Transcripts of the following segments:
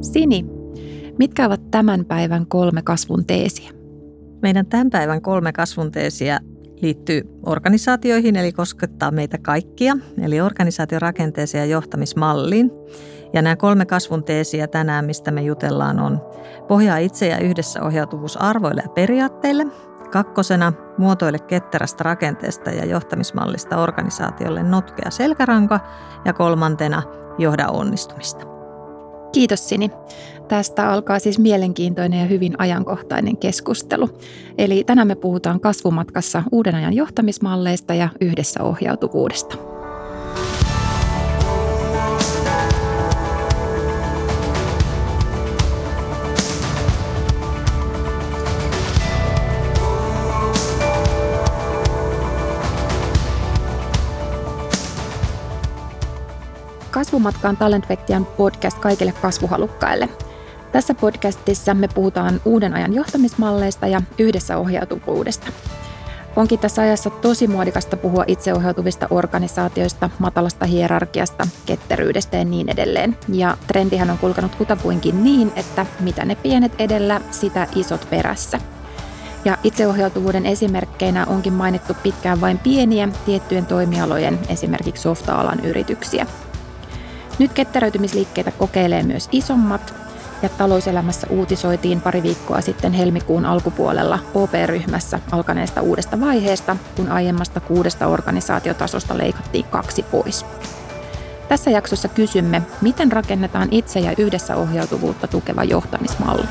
Sini, mitkä ovat tämän päivän 3 kasvun teesiä? Meidän tämän päivän 3 kasvun teesiä liittyy organisaatioihin, eli koskettaa meitä kaikkia, eli organisaatiorakenteeseen ja johtamismalliin. Ja nämä 3 kasvun teesiä tänään, mistä me jutellaan, on pohjaa itse- ja yhdessä ohjautuvuus arvoille ja periaatteille. 2. muotoile ketterästä rakenteesta ja johtamismallista organisaatiolle notkea selkäranka. Ja 3. johda onnistumista. Kiitos Sini. Tästä alkaa siis mielenkiintoinen ja hyvin ajankohtainen keskustelu. Eli tänään me puhutaan kasvumatkassa uuden ajan johtamismalleista ja yhdessä ohjautuvuudesta. Kasvumatka on Talent Vectian podcast kaikille kasvuhalukkaille. Tässä podcastissa me puhutaan uuden ajan johtamismalleista ja yhdessä ohjautuvuudesta. Onkin tässä ajassa tosi muodikasta puhua itseohjautuvista organisaatioista, matalasta hierarkiasta, ketteryydestä ja niin edelleen. Ja trendihän on kulkenut kutakuinkin niin, että mitä ne pienet edellä, sitä isot perässä. Ja itseohjautuvuuden esimerkkeinä onkin mainittu pitkään vain pieniä tiettyjen toimialojen, esimerkiksi softa-alan yrityksiä. Nyt ketteröitymisliikkeitä kokeilee myös isommat, ja talouselämässä uutisoitiin pari viikkoa sitten helmikuun alkupuolella OP-ryhmässä alkaneesta uudesta vaiheesta, kun aiemmasta 6 organisaatiotasosta leikattiin 2 pois. Tässä jaksossa kysymme, miten rakennetaan itse- ja yhdessä ohjautuvuutta tukeva johtamismalli.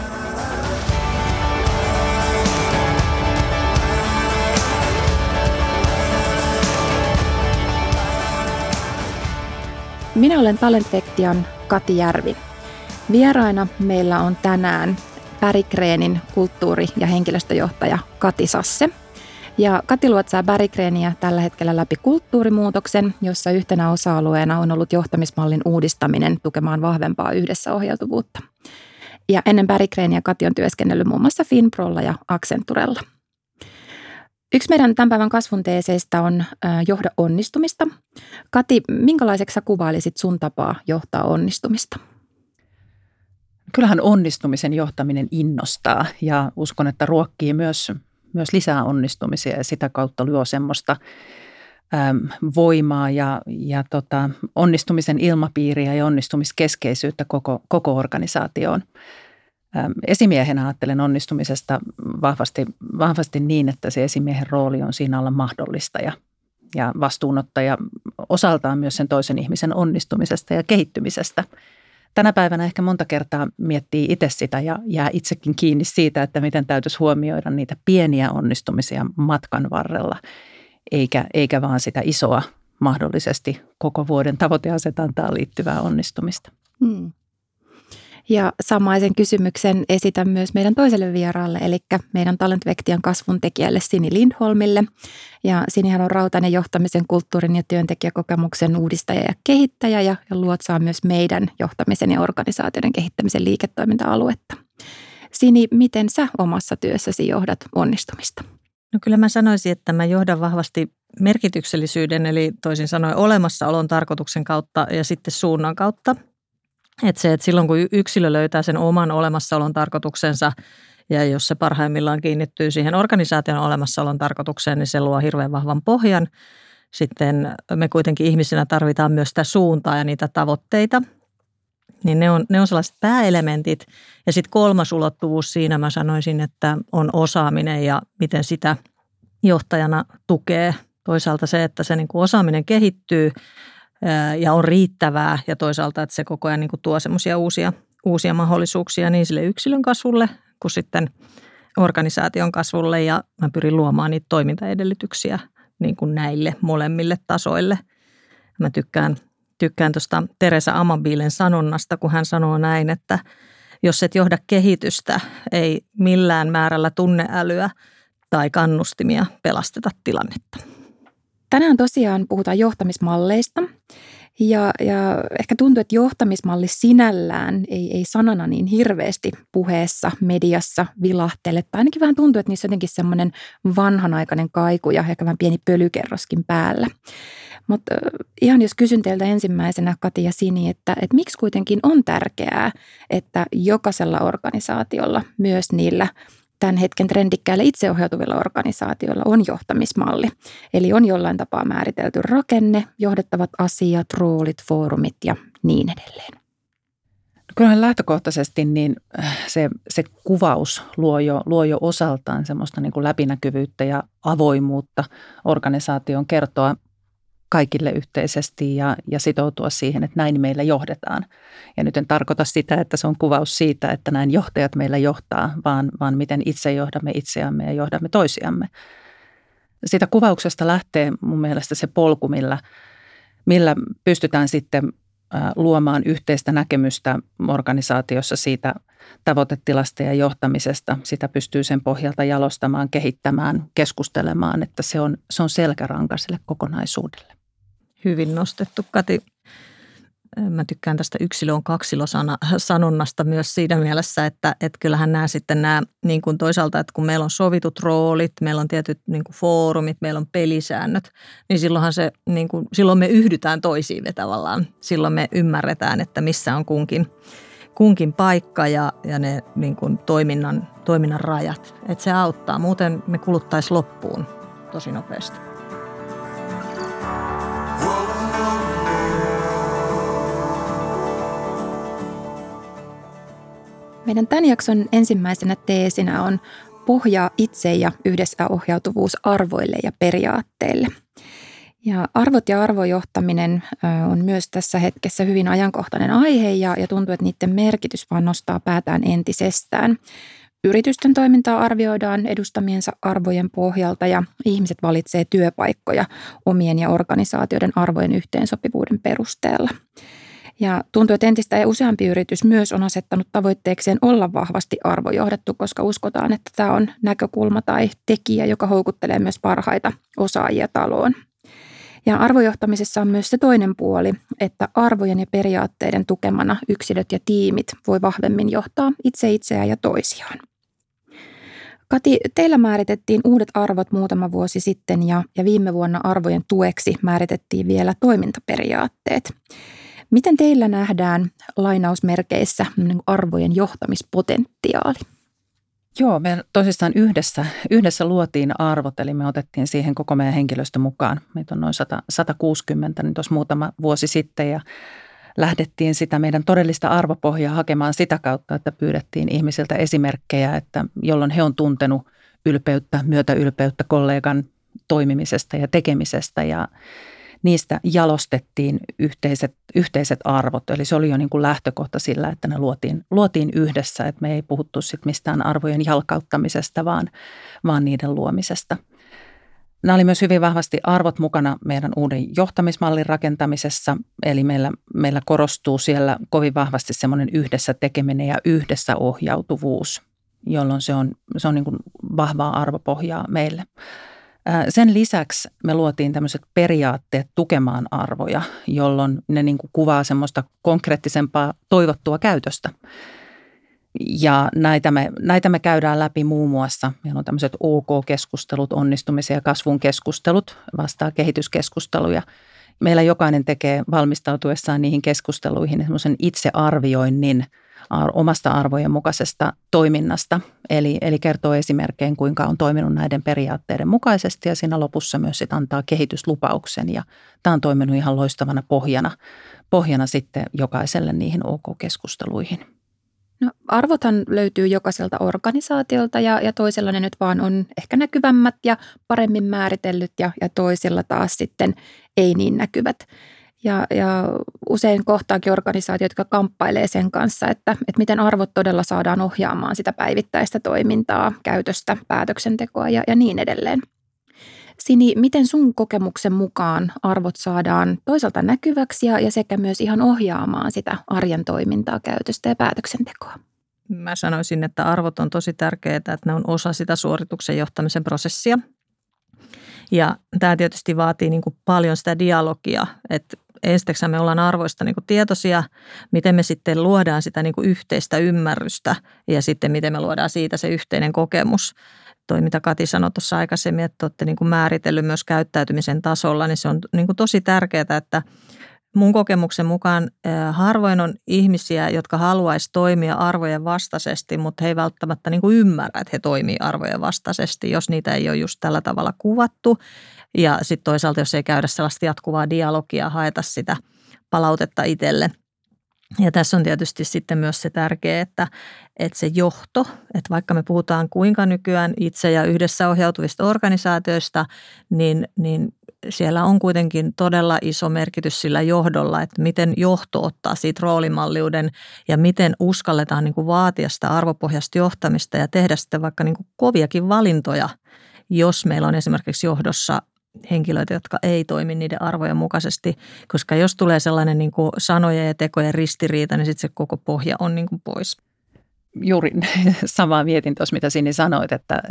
Minä olen Talent Vectian Kati Järvi. Vieraina meillä on tänään Berggrenen kulttuuri- ja henkilöstöjohtaja Kati Sasse. Ja Kati luotsaa Berggreniä tällä hetkellä läpi kulttuurimuutoksen, jossa yhtenä osa-alueena on ollut johtamismallin uudistaminen tukemaan vahvempaa yhdessä ohjautuvuutta. Ja ennen Berggreniä Kati on työskennellyt muun muassa Finprolla ja Accenturella. Yksi meidän tämän päivän kasvun teeseistä on johda onnistumista. Kati, minkälaiseksi sä kuvailisit sun tapaa johtaa onnistumista? Kyllähän onnistumisen johtaminen innostaa ja uskon, että ruokkii myös lisää onnistumisia ja sitä kautta luo semmoista voimaa ja onnistumisen ilmapiiriä ja onnistumiskeskeisyyttä koko organisaatioon. Esimiehenä ajattelen onnistumisesta vahvasti niin, että se esimiehen rooli on siinä olla mahdollistaja ja vastuunottaja osaltaan myös sen toisen ihmisen onnistumisesta ja kehittymisestä. Tänä päivänä ehkä monta kertaa miettii itse sitä ja jää itsekin kiinni siitä, että miten täytyisi huomioida niitä pieniä onnistumisia matkan varrella, eikä vaan sitä isoa mahdollisesti koko vuoden tavoiteasetantaan liittyvää onnistumista. Ja samaisen kysymyksen esitän myös meidän toiselle vieraalle, eli meidän Talent Vectian kasvun tekijälle Sini Lindholmille. Ja Sinihän on rautainen johtamisen, kulttuurin ja työntekijäkokemuksen uudistaja ja kehittäjä ja luotsaa myös meidän johtamisen ja organisaatioiden kehittämisen liiketoiminta-aluetta. Sini, miten sä omassa työssäsi johdat onnistumista? No kyllä mä sanoisin, että mä johdan vahvasti merkityksellisyyden, eli toisin sanoen olemassaolon tarkoituksen kautta ja sitten suunnan kautta. Että silloin kun yksilö löytää sen oman olemassaolon tarkoituksensa ja jos se parhaimmillaan kiinnittyy siihen organisaation olemassaolon tarkoitukseen, niin se luo hirveän vahvan pohjan. Sitten me kuitenkin ihmisinä tarvitaan myös sitä suuntaa ja niitä tavoitteita. Niin ne on sellaiset pääelementit. Ja sitten 3. ulottuvuus siinä mä sanoisin, että on osaaminen ja miten sitä johtajana tukee. Toisaalta se, että se niin kuin osaaminen kehittyy ja on riittävää ja toisaalta, että se koko ajan niin kuin tuo semmoisia uusia mahdollisuuksia niin sille yksilön kasvulle kuin sitten organisaation kasvulle ja mä pyrin luomaan niitä toimintaedellytyksiä niin kuin näille molemmille tasoille. Mä tykkään tuosta Teresa Amabilen sanonnasta, kun hän sanoo näin, että jos et johda kehitystä, ei millään määrällä tunneälyä tai kannustimia pelasteta tilannetta. Tänään tosiaan puhutaan johtamismalleista Ja ehkä tuntuu, että johtamismalli sinällään ei sanana niin hirveästi puheessa, mediassa vilahtele. Tai ainakin vähän tuntuu, että niissä on jotenkin semmoinen vanhanaikainen kaiku ja ehkä vähän pieni pölykerroskin päällä. Mutta ihan jos kysyn teiltä ensimmäisenä, Kati ja Sini, että miksi kuitenkin on tärkeää, että jokaisella organisaatiolla, myös niillä tämän hetken trendikkäillä itseohjautuvilla organisaatioilla on johtamismalli. Eli on jollain tapaa määritelty rakenne, johdettavat asiat, roolit, foorumit ja niin edelleen. Kyllähän lähtökohtaisesti niin se kuvaus luo jo osaltaan semmoista niin kuin läpinäkyvyyttä ja avoimuutta organisaation kertoa kaikille yhteisesti ja sitoutua siihen, että näin meillä johdetaan. Ja nyt en tarkoita sitä, että se on kuvaus siitä, että näin johtajat meillä johtaa, vaan miten itse johdamme itseämme ja johdamme toisiamme. Siitä kuvauksesta lähtee mun mielestä se polku, millä pystytään sitten luomaan yhteistä näkemystä organisaatiossa siitä tavoitetilasta ja johtamisesta. Sitä pystyy sen pohjalta jalostamaan, kehittämään, keskustelemaan, että se on selkäranka sille kokonaisuudelle. Hyvin nostettu, Kati. Mä tykkään tästä yksilö on kaksilö-sanonnasta myös siinä mielessä, että kyllähän nämä niin kuin toisaalta, että kun meillä on sovitut roolit, meillä on tietyt niin kuin foorumit, meillä on pelisäännöt, niin silloin me yhdytään toisiimme tavallaan. Silloin me ymmärretään, että missä on kunkin paikka ja ne niin kuin toiminnan rajat. Että se auttaa, muuten me kuluttaisiin loppuun tosi nopeasti. Meidän tämän jakson ensimmäisenä teesinä on pohjaa itse ja yhdessä ohjautuvuus arvoille ja periaatteille. Ja arvot ja arvojohtaminen on myös tässä hetkessä hyvin ajankohtainen aihe ja tuntuu, että niiden merkitys vaan nostaa päätään entisestään. Yritysten toimintaa arvioidaan edustamiensa arvojen pohjalta ja ihmiset valitsee työpaikkoja omien ja organisaatioiden arvojen yhteensopivuuden perusteella. Ja tuntuu, että entistä useampi yritys myös on asettanut tavoitteekseen olla vahvasti arvojohdettu, koska uskotaan, että tämä on näkökulma tai tekijä, joka houkuttelee myös parhaita osaajia taloon. Ja arvojohtamisessa on myös se toinen puoli, että arvojen ja periaatteiden tukemana yksilöt ja tiimit voi vahvemmin johtaa itseään ja toisiaan. Kati, teillä määritettiin uudet arvot muutama vuosi sitten ja viime vuonna arvojen tueksi määritettiin vielä toimintaperiaatteet. Miten teillä nähdään lainausmerkeissä arvojen johtamispotentiaali? Joo, me tosissaan yhdessä luotiin arvot, eli me otettiin siihen koko meidän henkilöstö mukaan. Meitä on noin 160 niin tuossa muutama vuosi sitten ja lähdettiin sitä meidän todellista arvopohjaa hakemaan sitä kautta, että pyydettiin ihmisiltä esimerkkejä, että jolloin he on tuntenut myötäylpeyttä kollegan toimimisesta ja tekemisestä ja niistä jalostettiin yhteiset arvot. Eli se oli jo niin kuin lähtökohta sillä, että ne luotiin yhdessä, että me ei puhuttu sit mistään arvojen jalkauttamisesta, vaan niiden luomisesta. Nämä oli myös hyvin vahvasti arvot mukana meidän uuden johtamismallin rakentamisessa. Eli meillä korostuu siellä kovin vahvasti semmoinen yhdessä tekeminen ja yhdessä ohjautuvuus, jolloin se on niin kuin vahvaa arvopohjaa meille. Sen lisäksi me luotiin tämmöiset periaatteet tukemaan arvoja, jolloin ne niin kuin kuvaa semmoista konkreettisempaa toivottua käytöstä. Ja näitä me käydään läpi muun muassa. Meillä on tämmöiset OK-keskustelut, onnistumisen ja kasvun keskustelut, vastaa kehityskeskusteluja. Meillä jokainen tekee valmistautuessaan niihin keskusteluihin semmoisen itsearvioinnin omasta arvojen mukaisesta toiminnasta. Eli kertoo esimerkkein, kuinka on toiminut näiden periaatteiden mukaisesti ja siinä lopussa myös sit antaa kehityslupauksen. Ja tämä on toiminut ihan loistavana pohjana sitten jokaiselle niihin OK-keskusteluihin. No, arvothan löytyy jokaiselta organisaatiolta ja toisella ne nyt vaan on ehkä näkyvämmät ja paremmin määritellyt ja toisilla taas sitten ei niin näkyvät. Ja usein kohtaakin organisaatiot, jotka kamppailee sen kanssa, että miten arvot todella saadaan ohjaamaan sitä päivittäistä toimintaa, käytöstä, päätöksentekoa ja niin edelleen. Sini, miten sun kokemuksen mukaan arvot saadaan toisaalta näkyväksi ja sekä myös ihan ohjaamaan sitä arjen toimintaa, käytöstä ja päätöksentekoa? Mä sanoisin, että arvot on tosi tärkeää, että ne on osa sitä suorituksen johtamisen prosessia. Ja tämä tietysti vaatii niin kuin paljon sitä dialogia, että ensiksi me ollaan arvoista niin kuin tietoisia, miten me sitten luodaan sitä niin kuin yhteistä ymmärrystä ja sitten miten me luodaan siitä se yhteinen kokemus. Toi, mitä Kati sanoi tuossa aikaisemmin, että olette niin kuin määritellyt myös käyttäytymisen tasolla, niin se on niin kuin tosi tärkeää, että mun kokemuksen mukaan harvoin on ihmisiä, jotka haluaisi toimia arvojen vastaisesti, mutta he ei välttämättä niin kuin ymmärrä, että he toimii arvojen vastaisesti, jos niitä ei ole just tällä tavalla kuvattu. Ja sitten toisaalta, jos ei käydä sellaista jatkuvaa dialogia, haeta sitä palautetta itselle. Ja tässä on tietysti sitten myös se tärkeä, että se johto, että vaikka me puhutaan kuinka nykyään itse ja yhdessä ohjautuvista organisaatioista, niin siellä on kuitenkin todella iso merkitys sillä johdolla, että miten johto ottaa siitä roolimalliuden ja miten uskalletaan niin kuin vaatia sitä arvopohjaista johtamista ja tehdä sitten vaikka niin kuin koviakin valintoja, jos meillä on esimerkiksi johdossa henkilöitä, jotka ei toimi niiden arvojen mukaisesti, koska jos tulee sellainen niin kuin sanojen ja tekojen ristiriita, niin sitten se koko pohja on niin kuin pois. Juuri samaa mietin tuossa, mitä Sini sanoit, että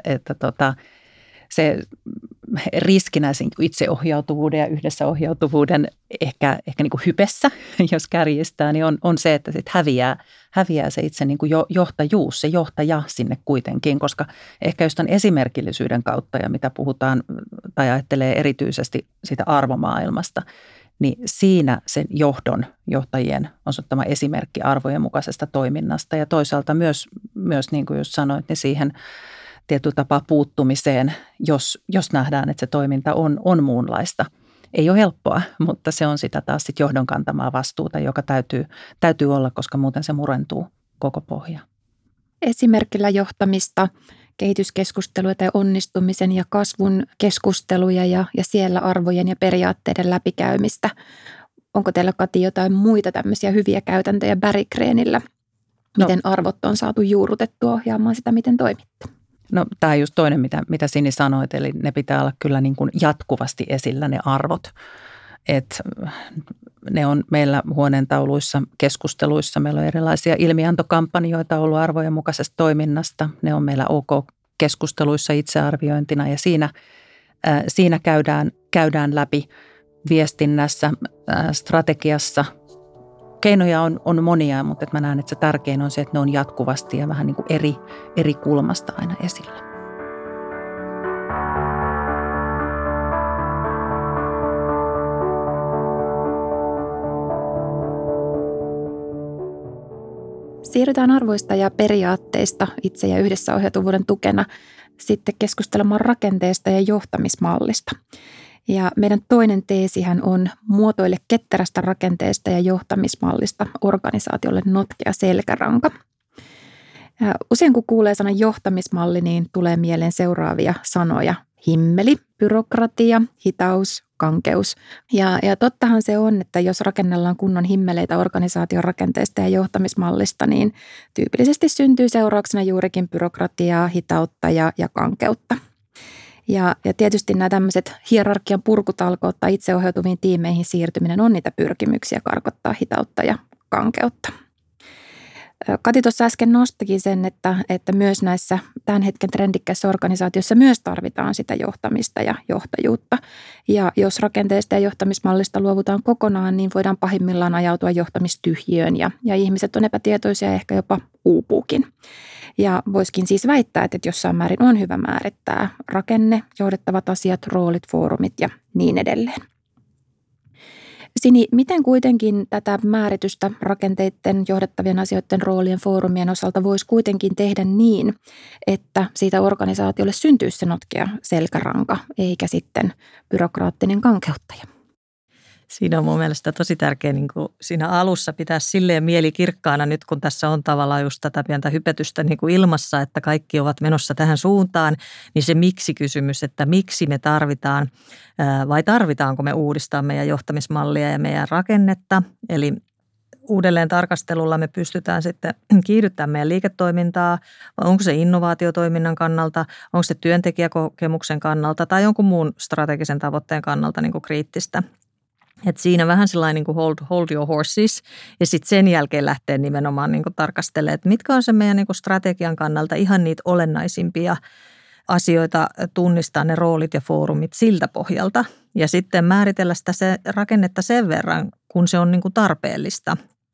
se riskinä itseohjautuvuuden ja yhdessäohjautuvuuden ehkä niin kuin hypessä, jos kärjistää, niin on se, että sit häviää se itse niin kuin johtajuus, se johtaja sinne kuitenkin, koska ehkä just tämän esimerkillisyyden kautta ja mitä puhutaan tai ajattelee erityisesti siitä arvomaailmasta, niin siinä sen johtajien on ottama esimerkki arvojen mukaisesta toiminnasta ja toisaalta myös niin kuin just sanoit, niin siihen tietyllä tapaa puuttumiseen, jos nähdään, että se toiminta on muunlaista. Ei ole helppoa, mutta se on sitä taas sit johdon kantamaa vastuuta, joka täytyy olla, koska muuten se murentuu koko pohja. Esimerkillä johtamista, kehityskeskusteluja tai onnistumisen ja kasvun keskusteluja ja siellä arvojen ja periaatteiden läpikäymistä. Onko teillä, Kati, jotain muita tämmöisiä hyviä käytäntöjä Berggrenillä? Miten arvot on saatu juurrutettua ohjaamaan sitä, miten toimitte? No tämä on just toinen, mitä Sini sanoit, eli ne pitää olla kyllä niin kuin jatkuvasti esillä ne arvot. Että ne on meillä huoneentauluissa, keskusteluissa, meillä on erilaisia ilmiantokampanjoita ollut arvojen mukaisesta toiminnasta. Ne on meillä OK-keskusteluissa itsearviointina ja siinä käydään läpi viestinnässä, strategiassa. Keinoja on monia, mutta mä näen, että se tärkein on se, että ne on jatkuvasti ja vähän niin kuin eri kulmasta aina esillä. Siirrytään arvoista ja periaatteista itse ja yhdessä ohjautuvuuden tukena sitten keskustelemaan rakenteesta ja johtamismallista. Ja meidän toinen teesihän on muotoille ketterästä rakenteesta ja johtamismallista organisaatiolle notkea selkäranka. Usein kun kuulee sanan johtamismalli, niin tulee mieleen seuraavia sanoja: himmeli, byrokratia, hitaus, kankeus. Ja tottahan se on, että jos rakennellaan kunnon himmeleitä organisaation rakenteesta ja johtamismallista, niin tyypillisesti syntyy seurauksena juurikin byrokratiaa, hitautta ja kankeutta. Ja tietysti nämä tämmöiset hierarkian purkutalkoot tai itseohjautuviin tiimeihin siirtyminen on niitä pyrkimyksiä karkottaa hitautta ja kankeutta. Kati tuossa äsken nostikin sen, että myös näissä tämän hetken trendikkäissä organisaatioissa myös tarvitaan sitä johtamista ja johtajuutta. Ja jos rakenteesta ja johtamismallista luovutaan kokonaan, niin voidaan pahimmillaan ajautua johtamistyhjiöön ja ihmiset on epätietoisia ja ehkä jopa uupuukin. Ja voisikin siis väittää, että jossain määrin on hyvä määrittää rakenne, johdettavat asiat, roolit, foorumit ja niin edelleen. Sini, miten kuitenkin tätä määritystä rakenteiden, johdettavien asioiden, roolien, foorumien osalta voisi kuitenkin tehdä niin, että siitä organisaatiolle syntyisi se notkea selkäranka, eikä sitten byrokraattinen kankeuttaja? Siinä on mun mielestä tosi tärkeää niin kuin siinä alussa pitää silleen mieli kirkkaana nyt, kun tässä on tavallaan just tätä pientä hypetystä niin kuin ilmassa, että kaikki ovat menossa tähän suuntaan, niin se miksi-kysymys, että miksi me tarvitaan vai tarvitaanko me uudistaa meidän johtamismallia ja meidän rakennetta. Eli uudelleen tarkastelulla me pystytään sitten kiihdyttämään meidän liiketoimintaa, vai onko se innovaatiotoiminnan kannalta, onko se työntekijäkokemuksen kannalta tai jonkun muun strategisen tavoitteen kannalta niin kuin kriittistä. Et siinä vähän sellainen niin kuin hold your horses ja sitten sen jälkeen lähtee nimenomaan niin kuin tarkastelemaan, että mitkä on se meidän niin kuin strategian kannalta ihan niitä olennaisimpia asioita, tunnistaa ne roolit ja foorumit siltä pohjalta. ja sitten määritellä sitä rakennetta sen verran, kun se on niin kuin tarpeellista.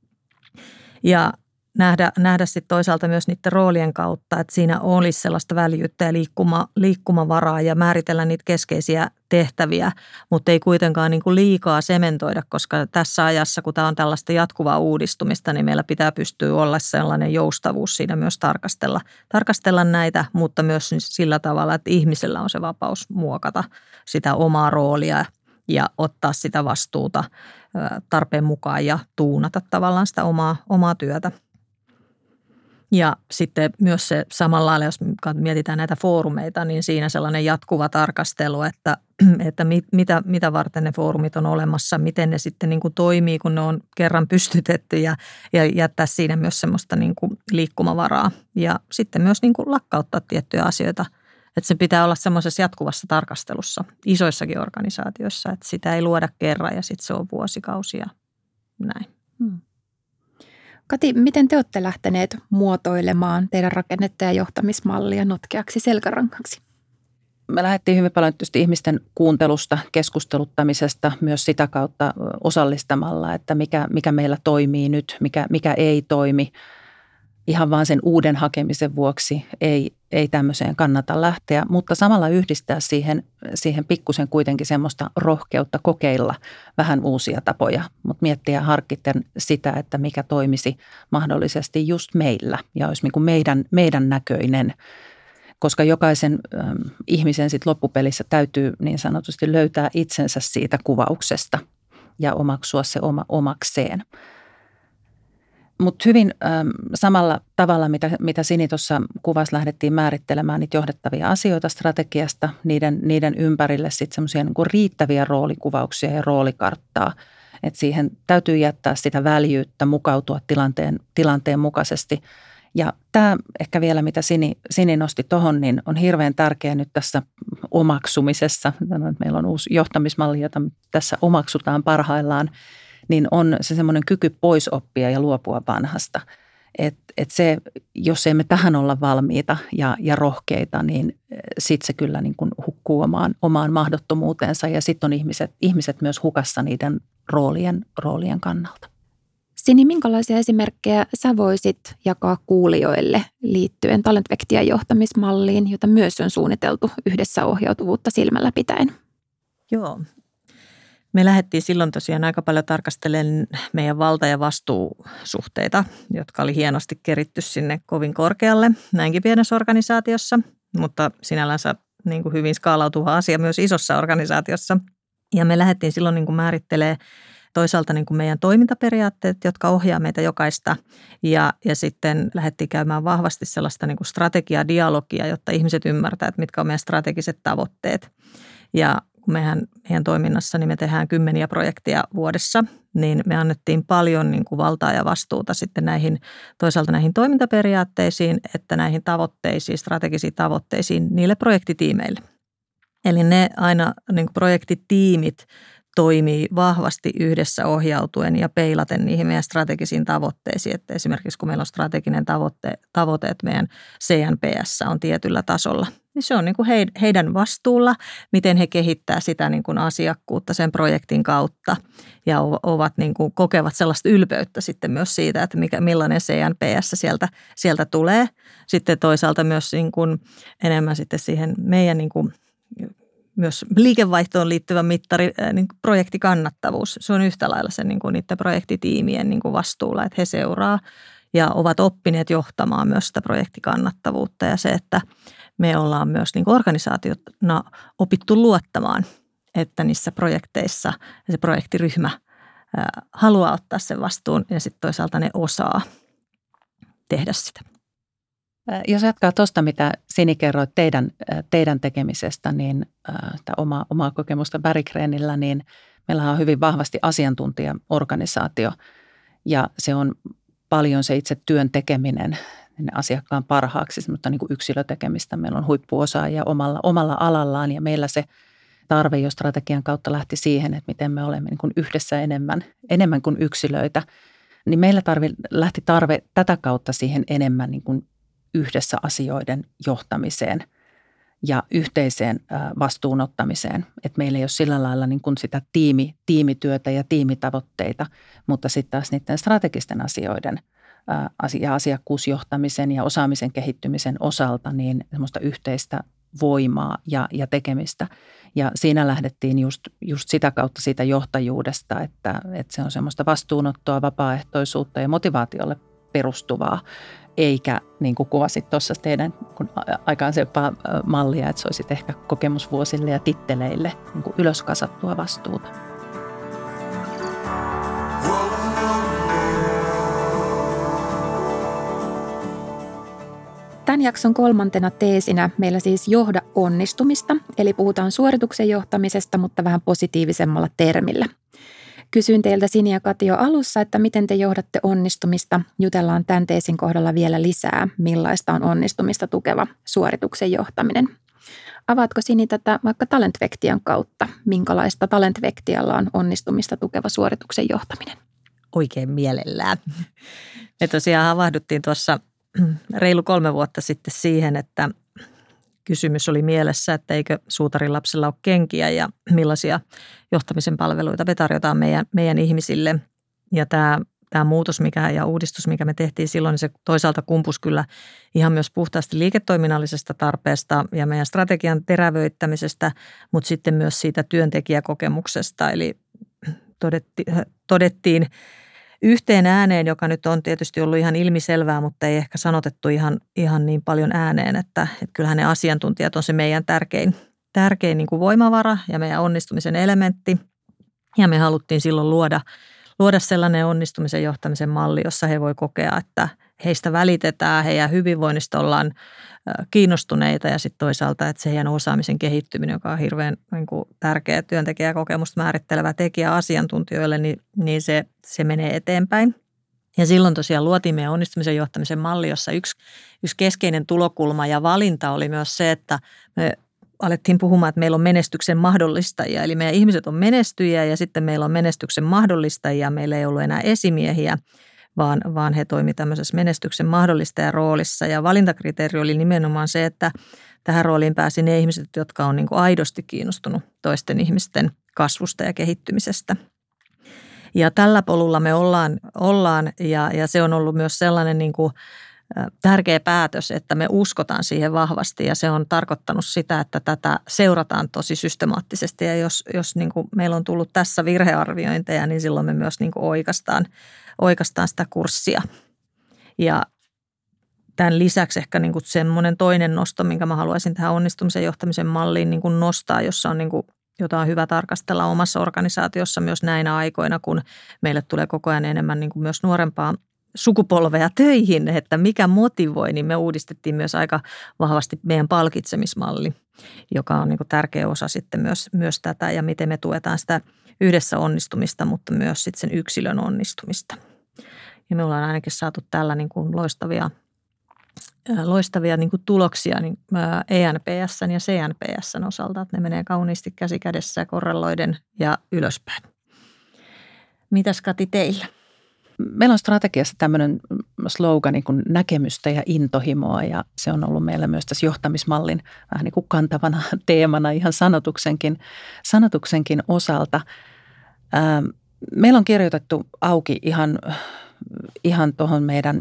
Ja nähdä sitten toisaalta myös niiden roolien kautta, että siinä olisi sellaista väljyyttä ja liikkumavaraa ja määritellä niitä keskeisiä tehtäviä, mutta ei kuitenkaan niin kuin liikaa sementoida, koska tässä ajassa, kun tämä on tällaista jatkuvaa uudistumista, niin meillä pitää pystyä olla sellainen joustavuus siinä myös tarkastella näitä, mutta myös sillä tavalla, että ihmisellä on se vapaus muokata sitä omaa roolia ja ottaa sitä vastuuta tarpeen mukaan ja tuunata tavallaan sitä omaa työtä. Ja sitten myös se samalla lailla, jos mietitään näitä foorumeita, niin siinä sellainen jatkuva tarkastelu, että mitä varten ne foorumit on olemassa, miten ne sitten niin kuin toimii, kun ne on kerran pystytetty ja jättää siinä myös semmoista niin kuin liikkumavaraa. Ja sitten myös niin kuin lakkauttaa tiettyjä asioita, että se pitää olla semmoisessa jatkuvassa tarkastelussa isoissakin organisaatioissa, että sitä ei luoda kerran ja sitten se on vuosikausia näin. Kati, miten te olette lähteneet muotoilemaan teidän rakennetta ja johtamismallia notkeaksi selkärankaksi? Me lähdettiin hyvin paljon tietysti ihmisten kuuntelusta, keskusteluttamisesta, myös sitä kautta osallistamalla, että mikä meillä toimii nyt, mikä ei toimi. Ihan vaan sen uuden hakemisen vuoksi ei tämmöiseen kannata lähteä, mutta samalla yhdistää siihen pikkusen kuitenkin semmoista rohkeutta kokeilla vähän uusia tapoja, mutta miettiä harkiten sitä, että mikä toimisi mahdollisesti just meillä ja olisi niin kuin meidän näköinen, koska jokaisen ihmisen sit loppupelissä täytyy niin sanotusti löytää itsensä siitä kuvauksesta ja omaksua se omakseen. Mutta hyvin samalla tavalla, mitä Sini tuossa kuvassa lähdettiin määrittelemään niitä johdettavia asioita strategiasta, niiden ympärille sitten semmoisia niin kuin riittäviä roolikuvauksia ja roolikarttaa. Että siihen täytyy jättää sitä väljyyttä, mukautua tilanteen mukaisesti. Ja tämä ehkä vielä, mitä Sini nosti tuohon, niin on hirveän tärkeää nyt tässä omaksumisessa. Meillä on uusi johtamismalli, jota tässä omaksutaan parhaillaan. Niin on se semmoinen kyky pois oppia ja luopua vanhasta. Et se, jos emme tähän olla valmiita ja rohkeita, niin sitten se kyllä niin kuin hukkuu omaan mahdottomuuteensa ja sitten on ihmiset myös hukassa niiden roolien kannalta. Sini, minkälaisia esimerkkejä sä voisit jakaa kuulijoille liittyen Talentvectian johtamismalliin, jota myös on suunniteltu yhdessä ohjautuvuutta silmällä pitäen? Joo. Me lähdettiin silloin tosiaan aika paljon tarkastelemaan meidän valta- ja vastuusuhteita, jotka oli hienosti keritty sinne kovin korkealle näinkin pienessä organisaatiossa, mutta sinällänsä niin kuin hyvin skaalautuva asia myös isossa organisaatiossa. Ja me lähdettiin silloin niin kuin määrittelemään toisaalta niin kuin meidän toimintaperiaatteet, jotka ohjaa meitä jokaista ja sitten lähdettiin käymään vahvasti sellaista niin kuin strategiadialogia, jotta ihmiset ymmärtävät, että mitkä on meidän strategiset tavoitteet. Ja meidän toiminnassa niin me tehdään 10 projekteja vuodessa, niin me annettiin paljon niin kuin valtaa ja vastuuta sitten toisaalta näihin toimintaperiaatteisiin, että näihin tavoitteisiin, strategisiin tavoitteisiin, niille projektitiimeille. Eli ne aina niin kuin projektitiimit toimii vahvasti yhdessä ohjautuen ja peilaten niihin meidän strategisiin tavoitteisiin. Että esimerkiksi kun meillä on strateginen tavoite, että meidän CNPS on tietyllä tasolla, niin se on niin kuin heidän vastuulla, miten he kehittää sitä niin kuin asiakkuutta sen projektin kautta ja kokevat sellaista ylpeyttä sitten myös siitä, että millainen CNPS sieltä tulee. Sitten toisaalta myös niin kuin enemmän sitten siihen meidän niin kuin myös liikevaihtoon liittyvä mittari, niin projektikannattavuus. Se on yhtä lailla sen niin kuin niiden projektitiimien niin kuin vastuulla, että he seuraa ja ovat oppineet johtamaan myös sitä projektikannattavuutta ja se, että me ollaan myös niin kuin organisaationa opittu luottamaan, että niissä projekteissa ja se projektiryhmä haluaa ottaa sen vastuun ja sitten toisaalta ne osaa tehdä sitä. Jos jatkaa tuosta, mitä Sini kerroit teidän tekemisestä, niin omaa kokemusta Berggrenillä, niin meillä on hyvin vahvasti asiantuntijaorganisaatio ja se on paljon se itse työn tekeminen asiakkaan parhaaksi, semmoista niin kuin yksilötekemistä. Meillä on huippuosaajia omalla alallaan ja meillä se tarve jo strategian kautta lähti siihen, että miten me olemme niin kuin yhdessä enemmän kuin yksilöitä. Niin meillä lähti tarve tätä kautta siihen enemmän niin kuin yhdessä asioiden johtamiseen. ja yhteiseen vastuunottamiseen. Että meillä ei ole sillä lailla niin kuin sitä tiimityötä ja tiimitavoitteita, mutta sitten taas niiden strategisten asioiden ja asiakkuusjohtamisen ja osaamisen kehittymisen osalta niin semmoista yhteistä voimaa ja tekemistä. Ja siinä lähdettiin just sitä kautta siitä johtajuudesta, että se on semmoista vastuunottoa, vapaaehtoisuutta ja motivaatiolle perustuvaa, eikä niin kuin kuvasit tuossa teidän aikaisempaa mallia, että se olisi ehkä kokemusvuosille ja titteleille niin kuin ylöskasattua vastuuta. Tämän jakson 3. teesinä meillä siis johda onnistumista, eli puhutaan suorituksen johtamisesta, mutta vähän positiivisemmalla termillä. Kysyin teiltä Sini ja Kati jo alussa, että miten te johdatte onnistumista. Jutellaan tämän teesin kohdalla vielä lisää, millaista on onnistumista tukeva suorituksen johtaminen. Avaatko Sini tätä vaikka Talentvectian kautta? Minkälaista Talentvectialla on onnistumista tukeva suorituksen johtaminen? Oikein mielellään. Me tosiaan havahduttiin tuossa reilu 3 vuotta sitten siihen, että kysymys oli mielessä, että eikö suutarin lapsella ole kenkiä ja millaisia johtamisen palveluita me tarjotaan meidän ihmisille. Ja tämä muutos ja uudistus, mikä me tehtiin silloin, niin se toisaalta kumpusi kyllä ihan myös puhtaasti liiketoiminnallisesta tarpeesta ja meidän strategian terävöittämisestä, mutta sitten myös siitä työntekijäkokemuksesta. Eli todettiin yhteen ääneen, joka nyt on tietysti ollut ihan ilmiselvää, mutta ei ehkä sanotettu ihan niin paljon ääneen, että kyllähän ne asiantuntijat on se meidän tärkein niin kuin voimavara ja meidän onnistumisen elementti. Ja me haluttiin silloin luoda sellainen onnistumisen johtamisen malli, jossa he voi kokea, että heistä välitetään, heidän hyvinvoinnista ollaan kiinnostuneita ja sitten toisaalta, että se heidän osaamisen kehittyminen, joka on hirveän niin kuin tärkeä työntekijäkokemusta määrittelevä tekijä asiantuntijoille, niin se menee eteenpäin. Ja silloin tosiaan luotiin meidän onnistumisen johtamisen malli, jossa yksi keskeinen tulokulma ja valinta oli myös se, että me alettiin puhumaan, että meillä on menestyksen mahdollistajia. Eli meidän ihmiset on menestyjiä ja sitten meillä on menestyksen mahdollistajia. Meillä ei ollut enää esimiehiä, vaan he toimivat tämmöisessä menestyksen mahdollistajan roolissa. Ja valintakriteeri oli nimenomaan se, että tähän rooliin pääsi ne ihmiset, jotka on niin kuin aidosti kiinnostunut toisten ihmisten kasvusta ja kehittymisestä. Ja tällä polulla me ollaan ja se on ollut myös sellainen niin kuin tärkeä päätös, että me uskotaan siihen vahvasti ja se on tarkoittanut sitä, että tätä seurataan tosi systemaattisesti ja jos niin kuin meillä on tullut tässä virhearviointeja, niin silloin me myös niin kuin oikaistaan sitä kurssia. Ja tämän lisäksi ehkä niin kuin semmoinen toinen nosto, minkä mä haluaisin tähän onnistumisen johtamisen malliin niin kuin nostaa, jossa on niin kuin, jota on hyvä tarkastella omassa organisaatiossa myös näinä aikoina, kun meille tulee koko ajan enemmän niin kuin myös nuorempaa sukupolvea töihin, että mikä motivoi, niin me uudistettiin myös aika vahvasti meidän palkitsemismalli, joka on niin kuin tärkeä osa sitten myös tätä ja miten me tuetaan sitä yhdessä onnistumista, mutta myös sitten sen yksilön onnistumista. Ja me ollaan ainakin saatu tällä niin kuin loistavia niin kuin tuloksia niin ENPS:n ja CNPS:n osalta, että ne menee kauniisti käsi kädessä ja korreloiden ja ylöspäin. Mitäs Kati teillä? Meillä on strategiassa tämmöinen slogani kuin näkemystä ja intohimoa ja se on ollut meillä myös tässä johtamismallin vähän niin kuin kantavana teemana ihan sanotuksenkin osalta. Meillä on kirjoitettu auki ihan tuohon meidän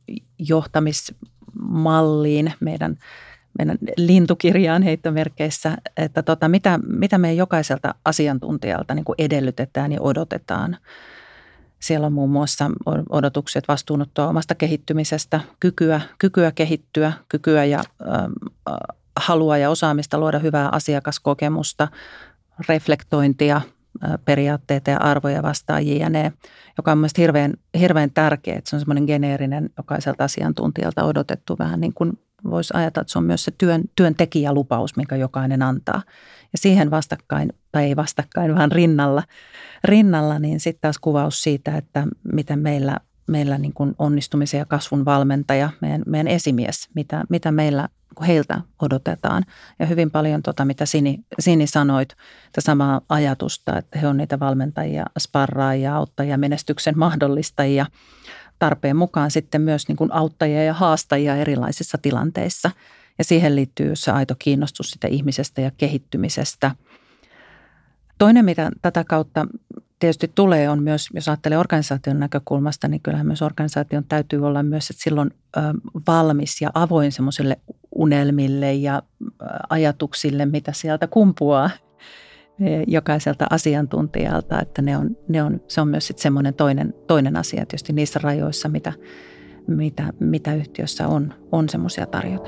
johtamismalliin, meidän lintukirjaan heittomerkeissä, että mitä me jokaiselta asiantuntijalta niin kuin edellytetään ja odotetaan. Siellä on muun muassa odotukset vastuunottoa omasta kehittymisestä, kykyä kehittyä, kykyä ja halua ja osaamista luoda hyvää asiakaskokemusta, reflektointia, periaatteita ja arvoja vastaan jne., joka on mielestäni hirveän tärkeä, että se on semmoinen geneerinen jokaiselta asiantuntijalta odotettu vähän niin kuin voisi ajatella, että se on myös se työntekijälupaus, minkä jokainen antaa. Ja siihen vastakkain, tai ei vastakkain, vaan rinnalla niin sitten taas kuvaus siitä, että miten meillä niin kuin onnistumisen ja kasvun valmentaja, meidän esimies, mitä meillä heiltä odotetaan. Ja hyvin paljon mitä Sini sanoit, että samaa ajatusta, että he on niitä valmentajia, sparraajia, auttajia, menestyksen mahdollistajia, tarpeen mukaan sitten myös niin kuin auttajia ja haastajia erilaisissa tilanteissa. Ja siihen liittyy se aito kiinnostus sitä ihmisestä ja kehittymisestä. Toinen, mitä tätä kautta tietysti tulee, on myös, jos ajattelee organisaation näkökulmasta, niin kyllähän myös organisaation täytyy olla myös että silloin valmis ja avoin semmoisille unelmille ja ajatuksille, mitä sieltä kumpuaa jokaiselta asiantuntijalta, että se on myös sitten semmoinen toinen asia tietysti niissä rajoissa, mitä yhtiössä on semmoisia tarjota.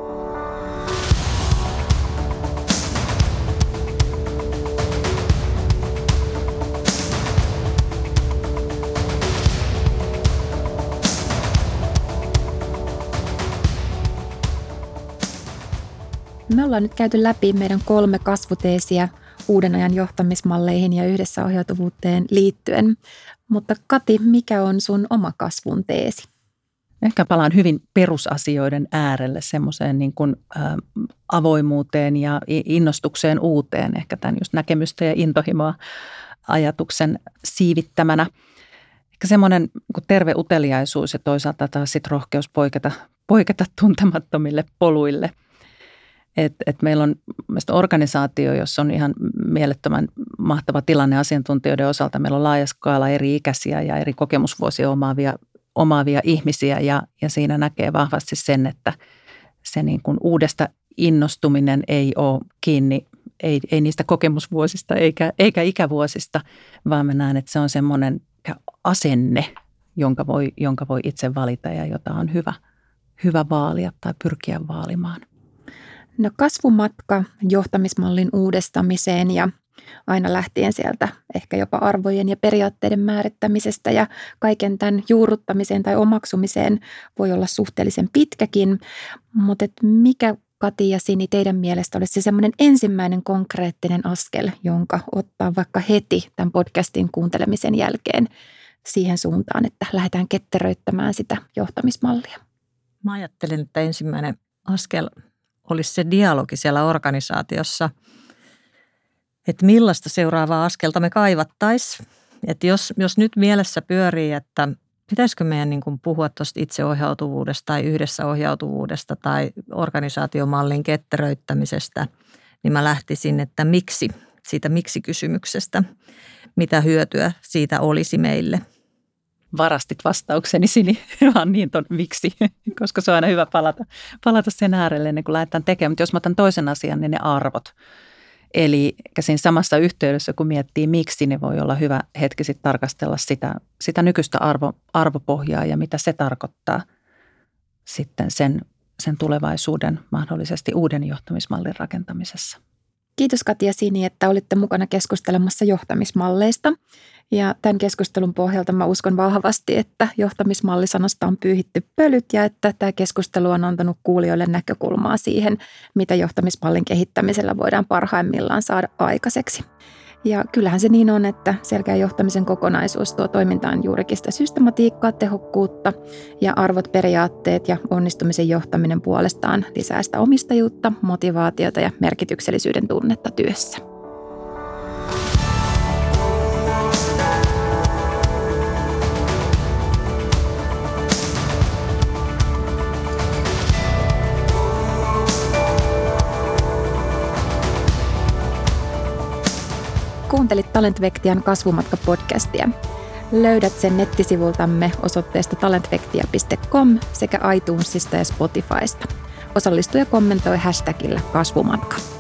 Me ollaan nyt käyty läpi meidän 3 kasvuteesiä uuden ajan johtamismalleihin ja yhdessä ohjautuvuuteen liittyen. Mutta Kati, mikä on sun oma kasvun teesi? Ehkä palaan hyvin perusasioiden äärelle semmoiseen niin kuin avoimuuteen ja innostukseen uuteen. Ehkä tämän just näkemystä ja intohimoa ajatuksen siivittämänä. Ehkä semmoinen niin terve uteliaisuus ja toisaalta taas sit rohkeus poiketa tuntemattomille poluille. Et meillä on organisaatio, jossa on ihan mielettömän mahtava tilanne asiantuntijoiden osalta. Meillä on laaja skaala eri ikäisiä ja eri kokemusvuosia omaavia ihmisiä ja siinä näkee vahvasti sen, että se niin kuin uudesta innostuminen ei ole kiinni, ei niistä kokemusvuosista eikä ikävuosista, vaan mä näen, että se on semmoinen asenne, jonka voi itse valita ja jota on hyvä vaalia tai pyrkiä vaalimaan. No kasvumatka johtamismallin uudistamiseen ja aina lähtien sieltä ehkä jopa arvojen ja periaatteiden määrittämisestä ja kaiken tämän juurruttamiseen tai omaksumiseen voi olla suhteellisen pitkäkin, mutta mikä Kati ja Sini teidän mielestä olisi se semmoinen ensimmäinen konkreettinen askel, jonka ottaa vaikka heti tämän podcastin kuuntelemisen jälkeen siihen suuntaan, että lähdetään ketteröittämään sitä johtamismallia? Mä ajattelen, että ensimmäinen askel olisi se dialogi siellä organisaatiossa, että millaista seuraavaa askelta me kaivattaisiin. Että jos nyt mielessä pyörii, että pitäisikö meidän niin kuin puhua tuosta itseohjautuvuudesta tai yhdessä ohjautuvuudesta tai organisaatiomallin ketteröittämisestä, niin mä lähtisin, että miksi, siitä miksi-kysymyksestä, mitä hyötyä siitä olisi meille. Varastit vastaukseni, Sini, vaan niin ton miksi, koska se on aina hyvä palata sen äärelle ennen kuin lähdetään tekemään. Mutta jos mä otan toisen asian, niin ne arvot. Eli siinä samassa yhteydessä, kun miettii miksi, niin voi olla hyvä hetki sitten tarkastella sitä nykyistä arvopohjaa ja mitä se tarkoittaa sitten sen tulevaisuuden mahdollisesti uuden johtamismallin rakentamisessa. Kiitos Kati ja Sini, että olitte mukana keskustelemassa johtamismalleista. Ja tämän keskustelun pohjalta mä uskon vahvasti, että johtamismallisanasta on pyyhitty pölyt ja että tämä keskustelu on antanut kuulijoille näkökulmaa siihen, mitä johtamismallin kehittämisellä voidaan parhaimmillaan saada aikaiseksi. Ja kyllähän se niin on, että selkeä johtamisen kokonaisuus tuo toimintaan juurikin sitä systematiikkaa, tehokkuutta ja arvot, periaatteet ja onnistumisen johtaminen puolestaan lisää sitä omistajuutta, motivaatiota ja merkityksellisyyden tunnetta työssä. Kuuntelit Talentvectian kasvumatka-podcastia. Löydät sen nettisivultamme osoitteesta talentvectia.com sekä iTunesista ja Spotifysta. Osallistu ja kommentoi hashtagillä kasvumatka.